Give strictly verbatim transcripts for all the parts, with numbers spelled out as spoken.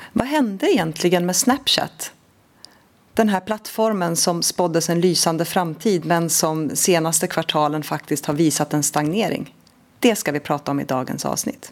Vad hände egentligen med Snapchat? Den här plattformen som spåddes en lysande framtid men som senaste kvartalen faktiskt har visat en stagnering. Det ska vi prata om i dagens avsnitt.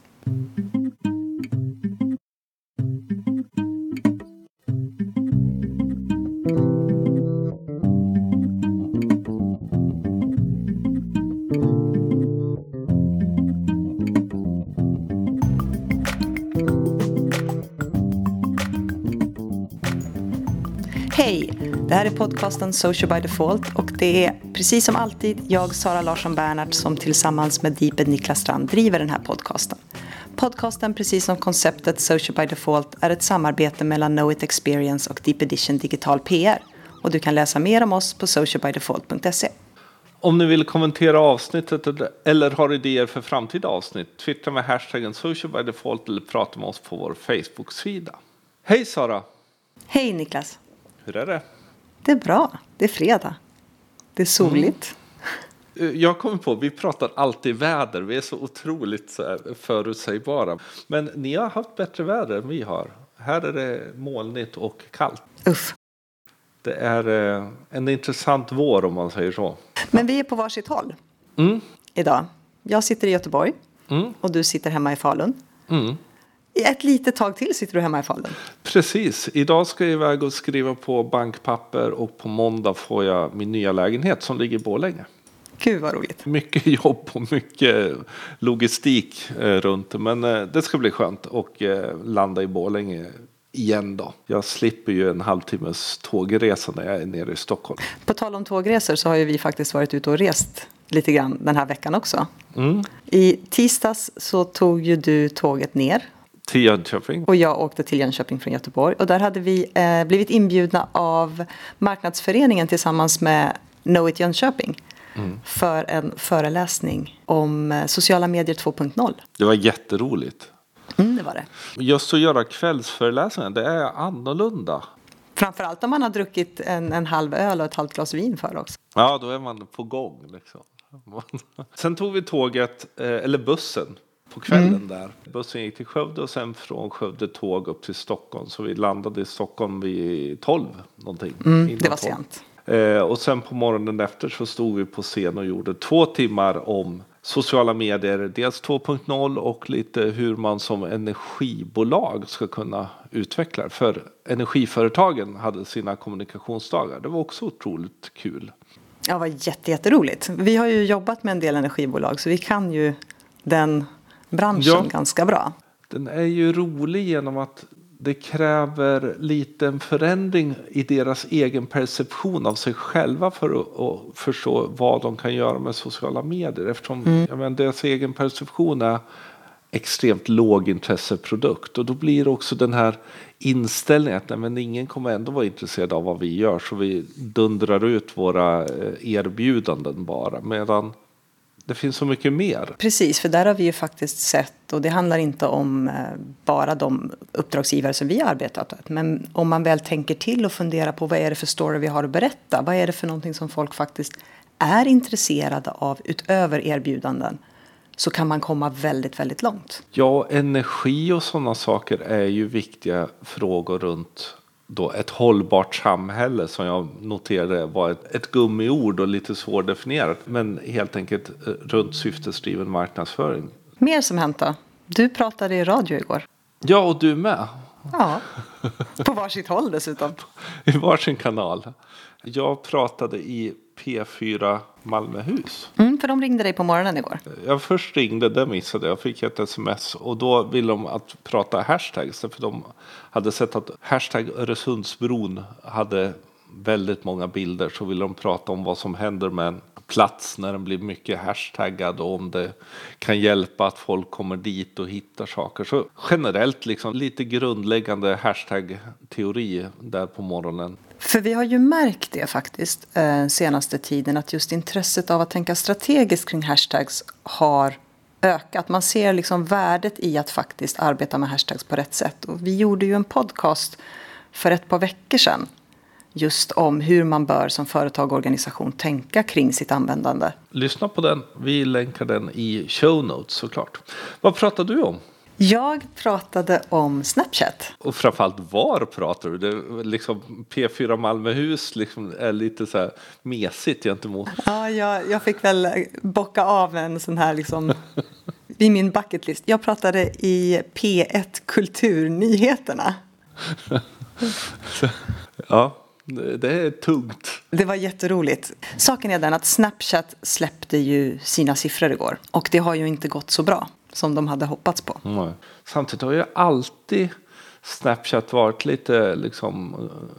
Hej, det här är podcasten Social by Default och det är precis som alltid jag, Sara Larsson Bernhardt, som tillsammans med Deeped Niklas Strand driver den här podcasten. Podcasten, precis som konceptet Social by Default, är ett samarbete mellan Know It Experience och Deep Edition Digital P R. Och du kan läsa mer om oss på social by default punkt se. Om ni vill kommentera avsnittet eller har idéer för framtida avsnitt, twittra med hashtaggen Social by Default eller prata med oss på vår Facebook-sida. Hej Sara! Hej Niklas! Hur är det? Det är bra. Det är fredag. Det är soligt. Mm. Jag kommer på, vi pratar alltid väder. Vi är så otroligt så här förutsägbara. Men ni har haft bättre väder än vi har. Här är det molnigt och kallt. Uff. Det är en intressant vår om man säger så. Men vi är på varsitt håll mm. idag. Jag sitter i Göteborg mm. och du sitter hemma i Falun. Mm. Ett litet tag till sitter du hemma i Falun. Precis. Idag ska jag iväg och skriva på bankpapper och på måndag får jag min nya lägenhet som ligger i Borlänge. Gud vad roligt. Mycket jobb och mycket logistik eh, runt. Men eh, det ska bli skönt och eh, landa i Borlänge igen då. Jag slipper ju en halvtimmes tågresa när jag är nere i Stockholm. På tal om tågresor så har ju vi faktiskt varit ute och rest lite grann den här veckan också. Mm. I tisdags så tog ju du tåget ner. Till Jönköping. Och jag åkte till Jönköping från Göteborg. Och där hade vi eh, blivit inbjudna av marknadsföreningen tillsammans med Know It Jönköping. Mm. För en föreläsning om eh, sociala medier två punkt noll. Det var jätteroligt. Mm, det var det. Just att göra kvällsföreläsningar, det är annorlunda. Framförallt om man har druckit en, en halv öl och ett halvt glas vin för också. Ja, då är man på gång liksom. Sen tog vi tåget, eh, eller bussen. På kvällen mm. där. Bussen gick till Skövde och sen från Skövde tåg upp till Stockholm. Så vi landade i Stockholm vid tolv någonting. Mm, det var tolv. Sent. Eh, och sen på morgonen efter så stod vi på scen och gjorde två timmar om sociala medier. Dels två punkt noll och lite hur man som energibolag ska kunna utveckla. För energiföretagen hade sina kommunikationsdagar. Det var också otroligt kul. Ja, det var jätte, jätteroligt. Vi har ju jobbat med en del energibolag så vi kan ju den branschen ja, ganska bra. Den är ju rolig genom att det kräver lite en förändring i deras egen perception av sig själva för att, att förstå vad de kan göra med sociala medier. Eftersom mm. jag menar, deras egen perception är extremt lågintresseprodukt. Och då blir också den här inställningen att nej, men ingen kommer ändå vara intresserad av vad vi gör. Så vi dundrar ut våra erbjudanden bara. Medan det finns så mycket mer. Precis, för där har vi ju faktiskt sett, och det handlar inte om bara de uppdragsgivare som vi har arbetat med. Men om man väl tänker till och funderar på vad är det för story vi har att berätta. Vad är det för någonting som folk faktiskt är intresserade av utöver erbjudanden. Så kan man komma väldigt, väldigt långt. Ja, energi och sådana saker är ju viktiga frågor runt då ett hållbart samhälle som jag noterade var ett, ett gummiord och lite svårdefinierat. Men helt enkelt runt syftesdriven marknadsföring. Mer som hänt då? Du pratade i radio igår. Ja, och du med. Ja, på varsitt håll dessutom. I varsin kanal. Jag pratade i P fyra Malmöhus. Mm, för de ringde dig på morgonen igår. Jag först ringde, det missade jag. Fick ett sms och då ville de att prata hashtags. För de hade sett att hashtag Öresundsbron hade väldigt många bilder. Så ville de prata om vad som händer med en plats när den blir mycket hashtaggad. Och om det kan hjälpa att folk kommer dit och hittar saker. Så generellt liksom lite grundläggande hashtag-teori där på morgonen. För vi har ju märkt det faktiskt eh, senaste tiden att just intresset av att tänka strategiskt kring hashtags har ökat. Man ser liksom värdet i att faktiskt arbeta med hashtags på rätt sätt. Och vi gjorde ju en podcast för ett par veckor sedan just om hur man bör som företag och organisation tänka kring sitt användande. Lyssna på den. Vi länkar den i show notes såklart. Vad pratar du om? Jag pratade om Snapchat. Och framförallt var pratar du? Det, liksom P fyra Malmöhus liksom är lite så här mesigt gentemot. Ja, jag, jag fick väl bocka av en sån här liksom i min bucketlist. Jag pratade i P ett Kulturnyheterna. Ja, det är tungt. Det var jätteroligt. Saken är den att Snapchat släppte ju sina siffror igår. Och det har ju inte gått så bra som de hade hoppats på. Mm. Samtidigt har ju alltid Snapchat varit lite liksom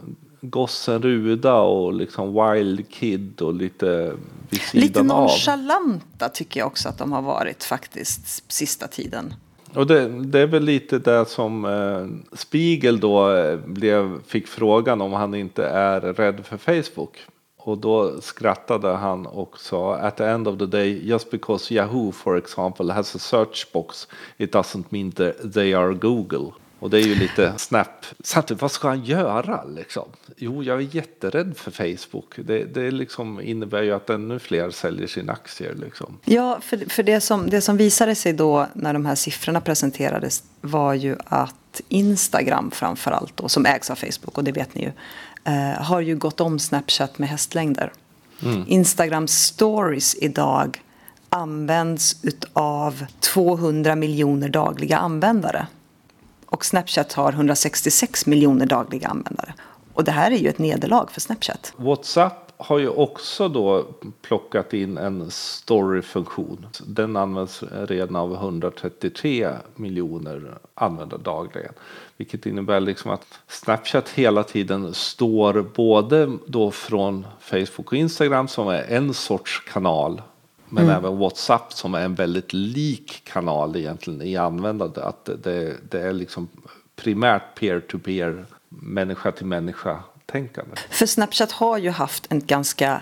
gossen Ruda och liksom wild kid och lite vid sidan lite av. nonchalanta tycker jag också att de har varit faktiskt sista tiden. Och det, det är väl lite det som eh, Spiegel då eh, blev, fick frågan om han inte är rädd för Facebook. Och då skrattade han och sa at the end of the day, just because Yahoo for example has a search box, it doesn't mean that they are Google. Och det är ju lite snap. Samtidigt, vad ska han göra liksom? Jo, jag är jätterädd för Facebook. Det, det liksom innebär ju att ännu fler säljer sina aktier liksom. Ja, för, för det, som, det som visade sig då när de här siffrorna presenterades var ju att Instagram framförallt då, som ägs av Facebook, och det vet ni ju, eh, har ju gått om Snapchat med hästlängder. Mm. Instagram stories idag används av tvåhundra miljoner dagliga användare. Och Snapchat har hundrasextiosex miljoner dagliga användare. Och det här är ju ett nederlag för Snapchat. WhatsApp har ju också då plockat in en story-funktion. Den används redan av hundratre miljoner användare dagligen. Vilket innebär liksom att Snapchat hela tiden står både då från Facebook och Instagram som är en sorts kanal. Men mm. även WhatsApp som är en väldigt lik kanal egentligen i användande. Att det, det är liksom primärt peer-to-peer, människa till människa tänkande. För Snapchat har ju haft en ganska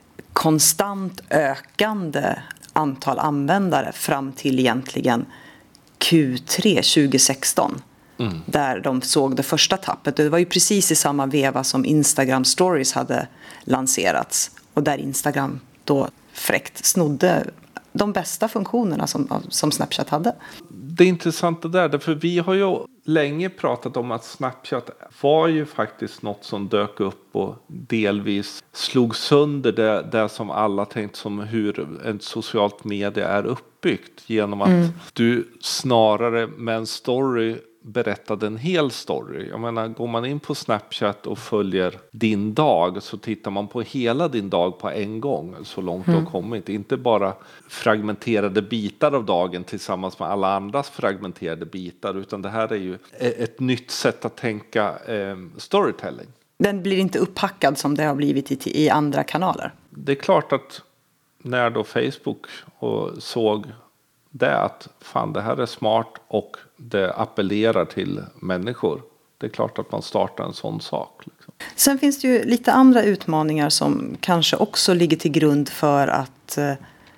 konstant ökande antal användare fram till egentligen Q tre tjugohundrasexton. Mm. Där de såg det första tappet. Det var ju precis i samma veva som Instagram Stories hade lanserats. Och där Instagram då fräckt snodde de bästa funktionerna som, som Snapchat hade. Det är intressant det där, för vi har ju länge pratat om att Snapchat var ju faktiskt något som dök upp och delvis slog sönder det, det som alla tänkt som hur ett socialt media är uppbyggt. Genom att mm. du snarare med en story berättade en hel story. Jag menar, går man in på Snapchat och följer din dag så tittar man på hela din dag på en gång så långt mm. du har kommit. Inte bara fragmenterade bitar av dagen tillsammans med alla andras fragmenterade bitar, utan det här är ju ett nytt sätt att tänka eh, storytelling. Den blir inte upphackad som det har blivit i, i andra kanaler. Det är klart att när då Facebook och såg det att fan, det här är smart och det appellerar till människor. Det är klart att man startar en sån sak. Liksom. Sen finns det ju lite andra utmaningar som kanske också ligger till grund för att eh,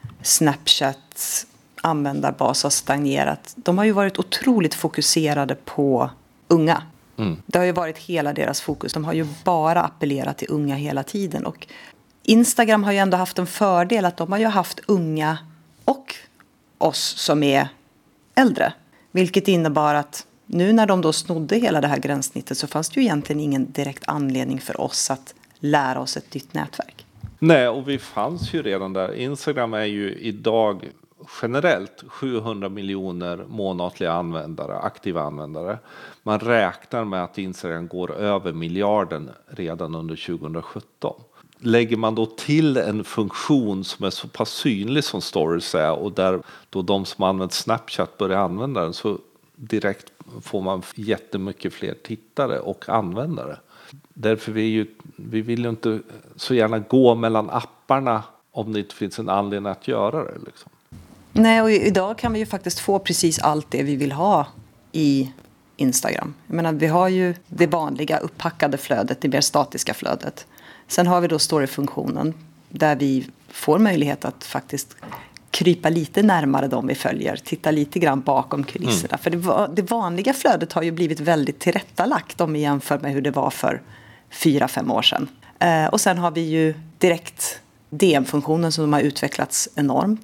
Snapchats användarbas har stagnerat. De har ju varit otroligt fokuserade på unga. Mm. Det har ju varit hela deras fokus. De har ju bara appellerat till unga hela tiden. Och Instagram har ju ändå haft en fördel att de har ju haft unga och oss som är äldre. Vilket innebar att nu när de då snodde hela det här gränssnittet så fanns det ju egentligen ingen direkt anledning för oss att lära oss ett nytt nätverk. Nej, och vi fanns ju redan där. Instagram är ju idag generellt sjuhundra miljoner månatliga användare, aktiva användare. Man räknar med att Instagram går över miljarden redan under tjugohundrasjutton. Lägger man då till en funktion som är så pass synlig som stories är och där då de som använder Snapchat börjar använda den, så direkt får man jättemycket fler tittare och användare. Därför vi, ju, vi vill ju inte så gärna gå mellan apparna om det inte finns en anledning att göra det. Liksom. Nej, och idag kan vi ju faktiskt få precis allt det vi vill ha i Instagram. Jag menar, vi har ju det vanliga upphackade flödet, det mer statiska flödet. Sen har vi då storyfunktionen där vi får möjlighet att faktiskt krypa lite närmare dem vi följer. Titta lite grann bakom kulisserna. Mm. För det, det vanliga flödet har ju blivit väldigt tillrättalagt om vi jämför med hur det var för fyra, fem år sedan. Eh, och sen har vi ju direkt D M-funktionen som har utvecklats enormt.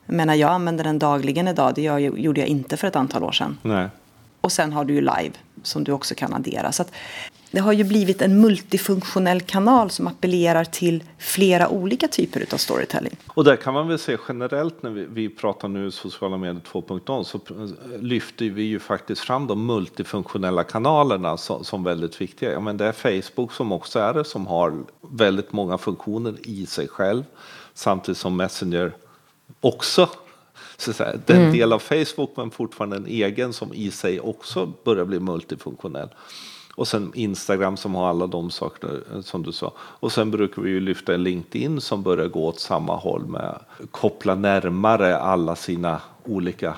Jag menar, jag använder den dagligen idag. Det jag, gjorde jag inte för ett antal år sedan. Nej. Och sen har du ju live som du också kan addera. Så att det har ju blivit en multifunktionell kanal som appellerar till flera olika typer av storytelling. Och där kan man väl se generellt när vi, vi pratar nu sociala medier två punkt noll så lyfter vi ju faktiskt fram de multifunktionella kanalerna som, som väldigt viktiga. Ja, men det är Facebook som också är det, som har väldigt många funktioner i sig själv. Samtidigt som Messenger också, så att säga, den mm. del av Facebook men fortfarande en egen som i sig också börjar bli multifunktionell. Och sen Instagram som har alla de saker som du sa. Och sen brukar vi ju lyfta LinkedIn som börjar gå åt samma håll med koppla närmare alla sina olika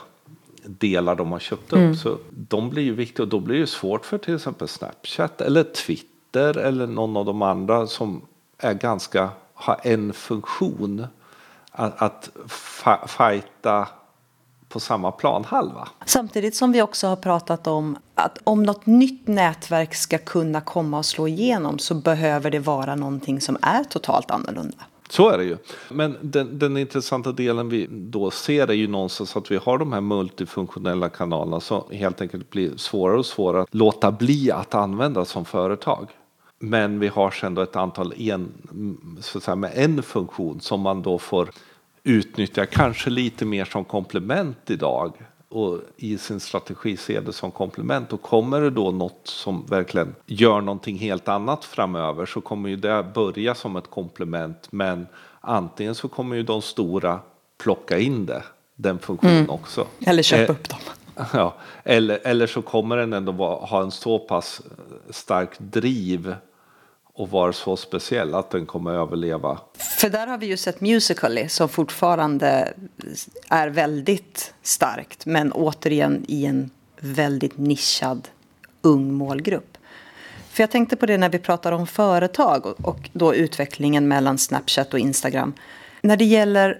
delar de har köpt upp. Mm. Så de blir ju viktiga och då blir det svårt för till exempel Snapchat eller Twitter eller någon av de andra som är ganska, har en funktion att, att fa- fighta på samma planhalva. Samtidigt som vi också har pratat om att om något nytt nätverk ska kunna komma och slå igenom så behöver det vara någonting som är totalt annorlunda. Så är det ju. Men den, den intressanta delen vi då ser är ju någonstans att vi har de här multifunktionella kanalerna som helt enkelt blir svårare och svårare att låta bli att använda som företag. Men vi har sedan då ett antal en, så att säga, med en funktion som man då får utnyttja kanske lite mer som komplement idag och i sin strategi ser det som komplement. Och kommer det då något som verkligen gör någonting helt annat framöver så kommer ju det börja som ett komplement, men antingen så kommer ju de stora plocka in det, den funktionen mm. också. Eller köpa eh, upp dem. Ja, eller, eller så kommer den ändå vara, ha en så pass stark driv och vara så speciell att den kommer överleva. För där har vi ju sett Musical.ly som fortfarande är väldigt starkt. Men återigen i en väldigt nischad ung målgrupp. För jag tänkte på det när vi pratar om företag och, och då utvecklingen mellan Snapchat och Instagram. När det gäller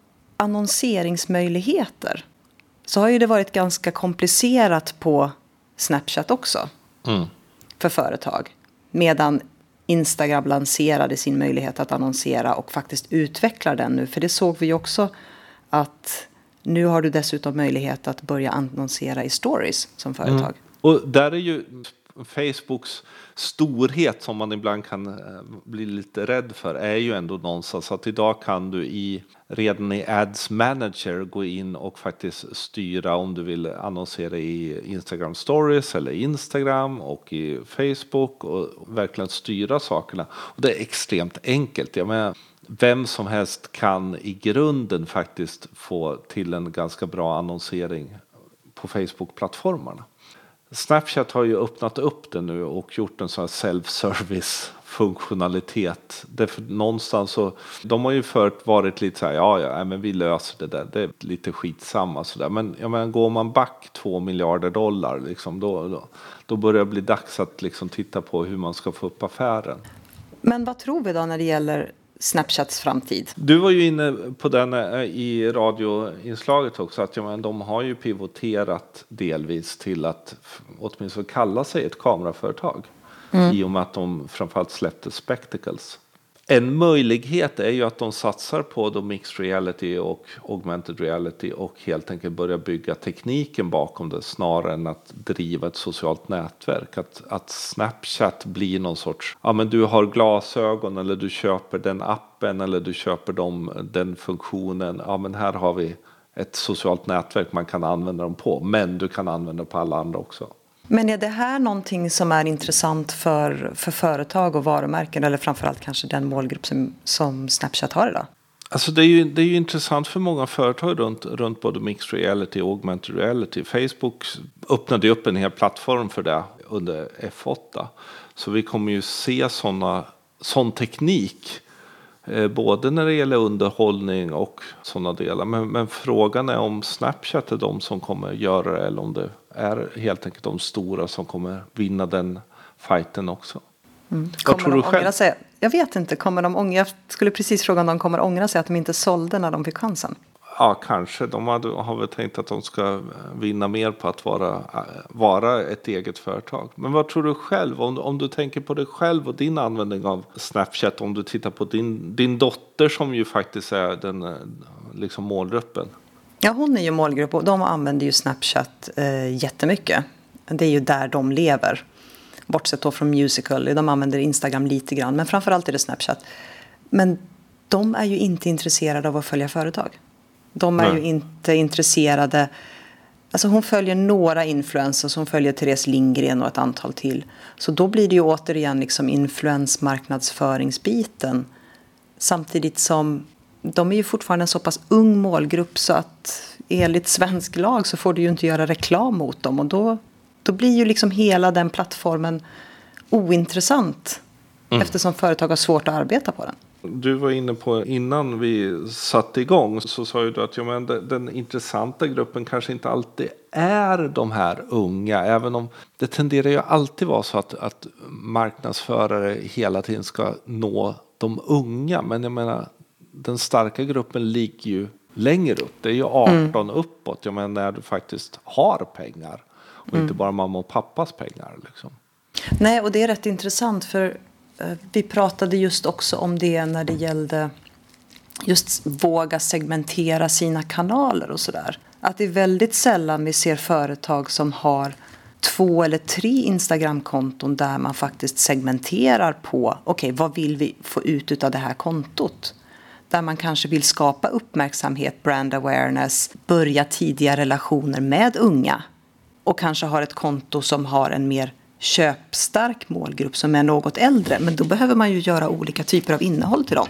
annonseringsmöjligheter så har ju det varit ganska komplicerat på Snapchat också. Mm. För företag. Medan Instagram lanserade sin möjlighet att annonsera och faktiskt utvecklar den nu. För det såg vi också att nu har du dessutom möjlighet att börja annonsera i stories som företag. Mm. Och där är ju Facebooks storhet som man ibland kan bli lite rädd för är ju ändå någonstans att idag kan du i redan i Ads Manager gå in och faktiskt styra om du vill annonsera i Instagram Stories eller Instagram och i Facebook och verkligen styra sakerna. Och det är extremt enkelt. Jag menar, vem som helst kan i grunden faktiskt få till en ganska bra annonsering på Facebook-plattformarna. Snapchat har ju öppnat upp det nu och gjort en sån här self-service-funktionalitet. Därför någonstans så, de har ju förut varit lite så här, ja, ja, men vi löser det där. Det är lite skitsamma sådär. Men jag menar, går man back två miljarder dollar, liksom, då, då, då börjar det bli dags att liksom titta på hur man ska få upp affären. Men vad tror vi då när det gäller Snapchats framtid? Du var ju inne på den i radioinslaget också att ja, men de har ju pivoterat delvis till att åtminstone kalla sig ett kameraföretag mm. i och med att de framförallt släppte Spectacles. En möjlighet är ju att de satsar på då mixed reality och augmented reality och helt enkelt börjar bygga tekniken bakom det snarare än att driva ett socialt nätverk. Att, att Snapchat blir någon sorts, ja men du har glasögon eller du köper den appen eller du köper dem, den funktionen. Ja men här har vi ett socialt nätverk man kan använda dem på, men du kan använda dem på alla andra också. Men är det här någonting som är intressant för, för företag och varumärken eller framförallt kanske den målgrupp som, som Snapchat har idag? Alltså det är ju, det är ju intressant för många företag runt, runt både mixed reality och augmented reality. Facebook öppnade upp en hel plattform för det under F åtta. Så vi kommer ju se såna, sån teknik eh, både när det gäller underhållning och sådana delar. Men, men frågan är om Snapchat är de som kommer göra det eller om det är helt enkelt de stora som kommer vinna den fighten också. Mm. Vad tror du själv? Sig? Jag vet inte, kommer de ångra, jag skulle precis fråga om de kommer ångra sig att de inte sålde när de fick chansen. Ja, kanske. De hade, har väl tänkt att de ska vinna mer på att vara, vara ett eget företag. Men vad tror du själv? Om, om du tänker på dig själv och din användning av Snapchat. Om du tittar på din, din dotter som ju faktiskt är den liksom målgruppen. Ja, hon är ju målgrupp och de använder ju Snapchat eh, jättemycket. Det är ju där de lever. Bortsett då från Musical. De använder Instagram lite grann. Men framförallt är det Snapchat. Men de är ju inte intresserade av att följa företag. De är Nej. ju inte intresserade. Alltså hon följer några influencers. Hon följer Therese Lindgren och ett antal till. Så då blir det ju återigen liksom influensmarknadsföringsbiten. Samtidigt som de är ju fortfarande en så pass ung målgrupp så att enligt svensk lag så får du ju inte göra reklam mot dem. Och då, då blir ju liksom hela den plattformen ointressant mm. eftersom företag har svårt att arbeta på den. Du var inne på innan vi satte igång så sa ju du att ja, men den, den intressanta gruppen kanske inte alltid är de här unga. Även om det tenderar ju alltid vara så att, att marknadsförare hela tiden ska nå de unga. Men jag menar, den starka gruppen ligger ju längre upp. Det är ju arton mm. uppåt. Jag menar när du faktiskt har pengar. Och mm. inte bara mamma och pappas pengar. Liksom. Nej, och det är rätt intressant för eh, vi pratade just också om det när det gällde just våga segmentera sina kanaler och sådär. Att det är väldigt sällan vi ser företag som har två eller tre Instagram-konton där man faktiskt segmenterar på okej, okay, vad vill vi få ut av det här kontot? Där man kanske vill skapa uppmärksamhet, brand awareness, börja tidiga relationer med unga. Och kanske har ett konto som har en mer köpstark målgrupp som är något äldre. Men då behöver man ju göra olika typer av innehåll till dem.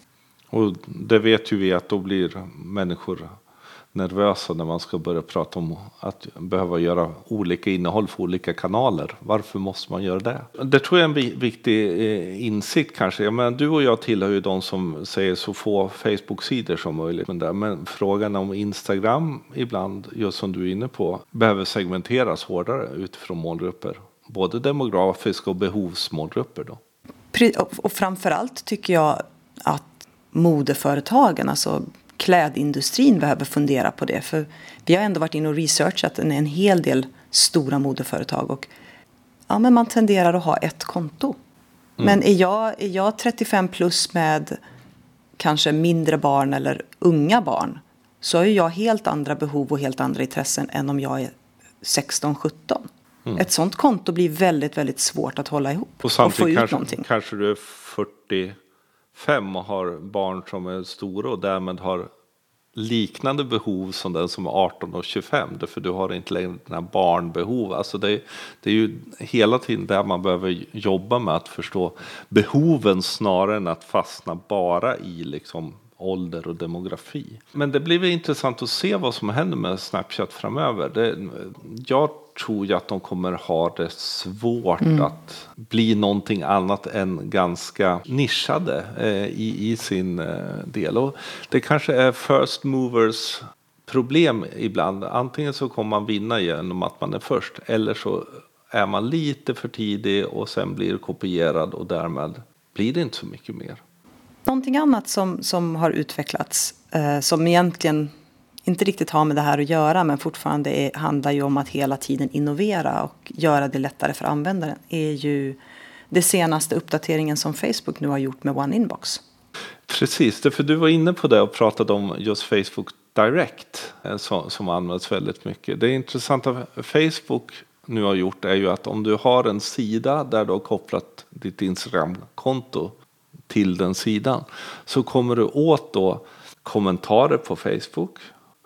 Och det vet ju vi att då blir människor nervösa när man ska börja prata om att behöva göra olika innehåll för olika kanaler. Varför måste man göra det? Det tror jag är en viktig insikt kanske. Jag menar, du och jag tillhör ju de som säger så få Facebook-sidor som möjligt. Men, där. Men frågan om Instagram ibland, just som du är inne på, behöver segmenteras hårdare utifrån målgrupper. Både demografiska och behovsmålgrupper då. Och framförallt tycker jag att modeföretagen, alltså klädindustrin behöver fundera på det. För vi har ändå varit in och researchat en, en hel del stora modeföretag. Och ja, men man tenderar att ha ett konto. Mm. Men är jag, är jag trettiofem plus med kanske mindre barn eller unga barn så har jag helt andra behov och helt andra intressen än om jag är sexton sjutton. Mm. Ett sånt konto blir väldigt, väldigt svårt att hålla ihop. Och samtidigt och få ut kanske, någonting. kanske du är fyrtiofem och har barn som är stora och därmed har liknande behov som den som är arton och tjugofem. Därför du har inte längre den här barnbehov. Alltså det, det är ju hela tiden där man behöver jobba med att förstå behoven snarare än att fastna bara i liksom ålder och demografi. Men det blir intressant att se vad som händer med Snapchat framöver. Det, jag tror ju att de kommer ha det svårt mm. att bli någonting annat än ganska nischade eh, i, i sin eh, del. Och det kanske är first movers problem ibland. Antingen så kommer man vinna genom att man är först eller så är man lite för tidig och sen blir kopierad och därmed blir det inte så mycket mer. Någonting annat som, som har utvecklats eh, som egentligen inte riktigt har med det här att göra men fortfarande är, handlar ju om att hela tiden innovera och göra det lättare för användaren är ju det senaste uppdateringen som Facebook nu har gjort med One Inbox. Precis, för du var inne på det och pratade om just Facebook Direct som, som används väldigt mycket. Det intressanta Facebook nu har gjort är ju att om du har en sida där du har kopplat ditt Instagram-konto till den sidan så kommer du åt då kommentarer på Facebook,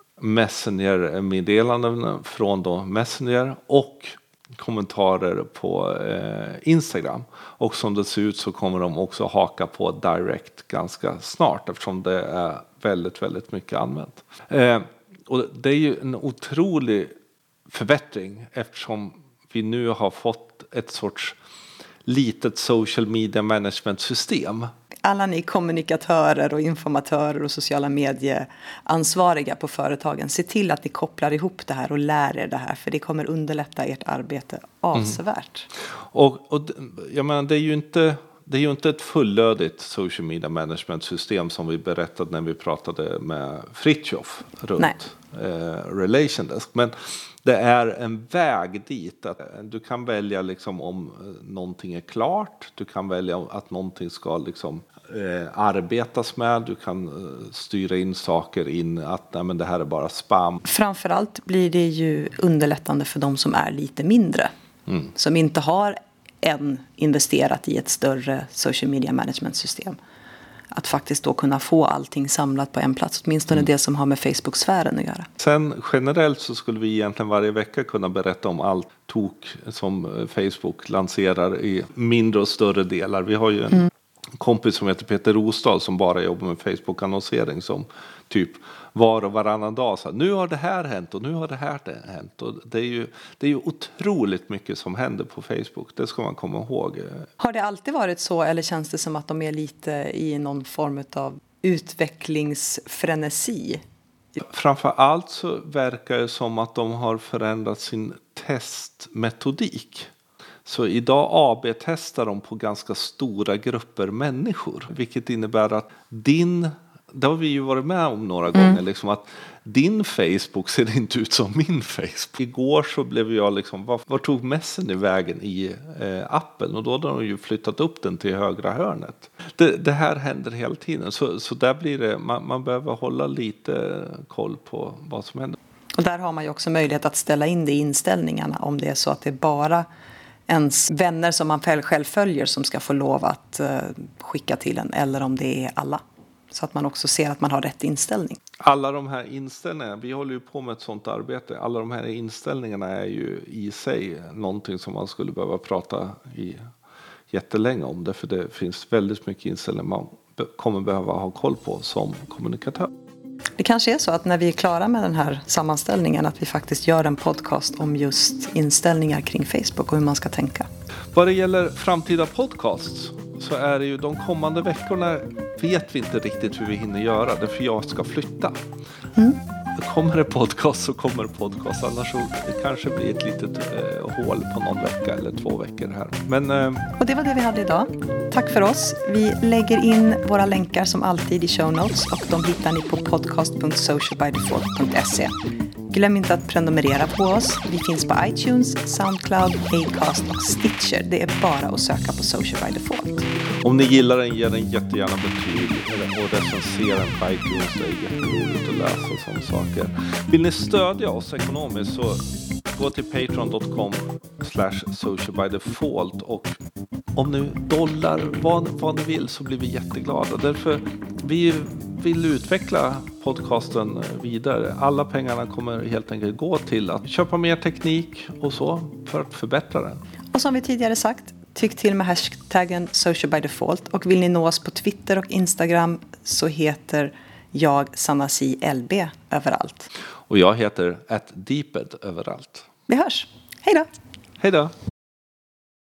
Messenger-meddelanden från då Messenger och kommentarer på eh, Instagram. Och som det ser ut så kommer de också haka på Direct ganska snart eftersom det är väldigt, väldigt mycket använt. Eh, och det är ju en otrolig förbättring eftersom vi nu har fått ett sorts litet social media management system. Alla ni kommunikatörer och informatörer och sociala medieansvariga på företagen, se till att ni kopplar ihop det här och lär er det här för det kommer underlätta ert arbete avsevärt. Mm. Och, och jag menar, det är ju inte det är ju inte ett fullödigt social media management system som vi berättade när vi pratade med Fritjof runt. Nej. eh, relation desk. Men det är en väg dit. Att du kan välja liksom om någonting är klart. Du kan välja att någonting ska liksom, eh, arbetas med. Du kan eh, styra in saker in att nej, men det här är bara spam. Framförallt blir det ju underlättande för de som är lite mindre. Mm. Som inte har än investerat i ett större social media management system. Att faktiskt då kunna få allting samlat på en plats. Åtminstone mm. det som har med Facebook-sfären att göra. Sen generellt så skulle vi egentligen varje vecka kunna berätta om allt tok som Facebook lanserar i mindre och större delar. Vi har ju en mm. kompis som heter Peter Rosdahl som bara jobbar med Facebook-annonsering som typ var och varannan dag sa nu har det här hänt och nu har det här hänt. Och det är ju, det är ju otroligt mycket som händer på Facebook. Det ska man komma ihåg. Har det alltid varit så eller känns det som att de är lite i någon form av utvecklingsfrenesi? Framför allt så verkar det som att de har förändrat sin testmetodik. Så idag A B-testar de på ganska stora grupper människor. Vilket innebär att din, det har vi ju varit med om några mm. gånger, liksom att din Facebook ser inte ut som min Facebook. Igår så blev jag liksom, var, var tog messen i vägen i eh, appen? Och då hade de ju flyttat upp den till högra hörnet. Det, det här händer hela tiden. Så, så där blir det, man, man behöver hålla lite koll på vad som händer. Och där har man ju också möjlighet att ställa in det i inställningarna om det är så att det är bara ens vänner som man själv följer som ska få lov att uh, skicka till en eller om det är alla. Så att man också ser att man har rätt inställning. Alla de här inställningarna, vi håller ju på med ett sånt arbete. Alla de här inställningarna är ju i sig någonting som man skulle behöva prata i jättelänge om. Därför det finns väldigt mycket inställningar man kommer behöva ha koll på som kommunikatör. Det kanske är så att när vi är klara med den här sammanställningen att vi faktiskt gör en podcast om just inställningar kring Facebook och hur man ska tänka. Vad det gäller framtida podcasts så är det ju de kommande veckorna vet vi inte riktigt hur vi hinner göra det för jag ska flytta. Mm. Kommer det podcast så kommer det podcast, annars så det kanske blir ett litet eh, hål på någon vecka eller två veckor här. Men, eh... Och det var det vi hade idag. Tack för oss. Vi lägger in våra länkar som alltid i show notes och de hittar ni på podcast punkt social by default punkt se. Glöm inte att prenumerera på oss. Vi finns på iTunes, Soundcloud, Acast och Stitcher. Det är bara att söka på Social by Default. Om ni gillar den, ge den jättegärna betyg och recensera den på iTunes. Det är jätteroligt att läsa sådana saker. Vill ni stödja oss ekonomiskt så gå till patreon punkt com slash social by default och om nu dollar, vad, vad ni vill så blir vi jätteglada. Därför vi vill utveckla podcasten vidare. Alla pengarna kommer helt enkelt gå till att köpa mer teknik och så för att förbättra den. Och som vi tidigare sagt, tyck till med hashtaggen social by default och vill ni nå oss på Twitter och Instagram så heter jag Sanasi L B överallt. Och jag heter at deeped överallt. Vi hörs. Hej då! Hej då!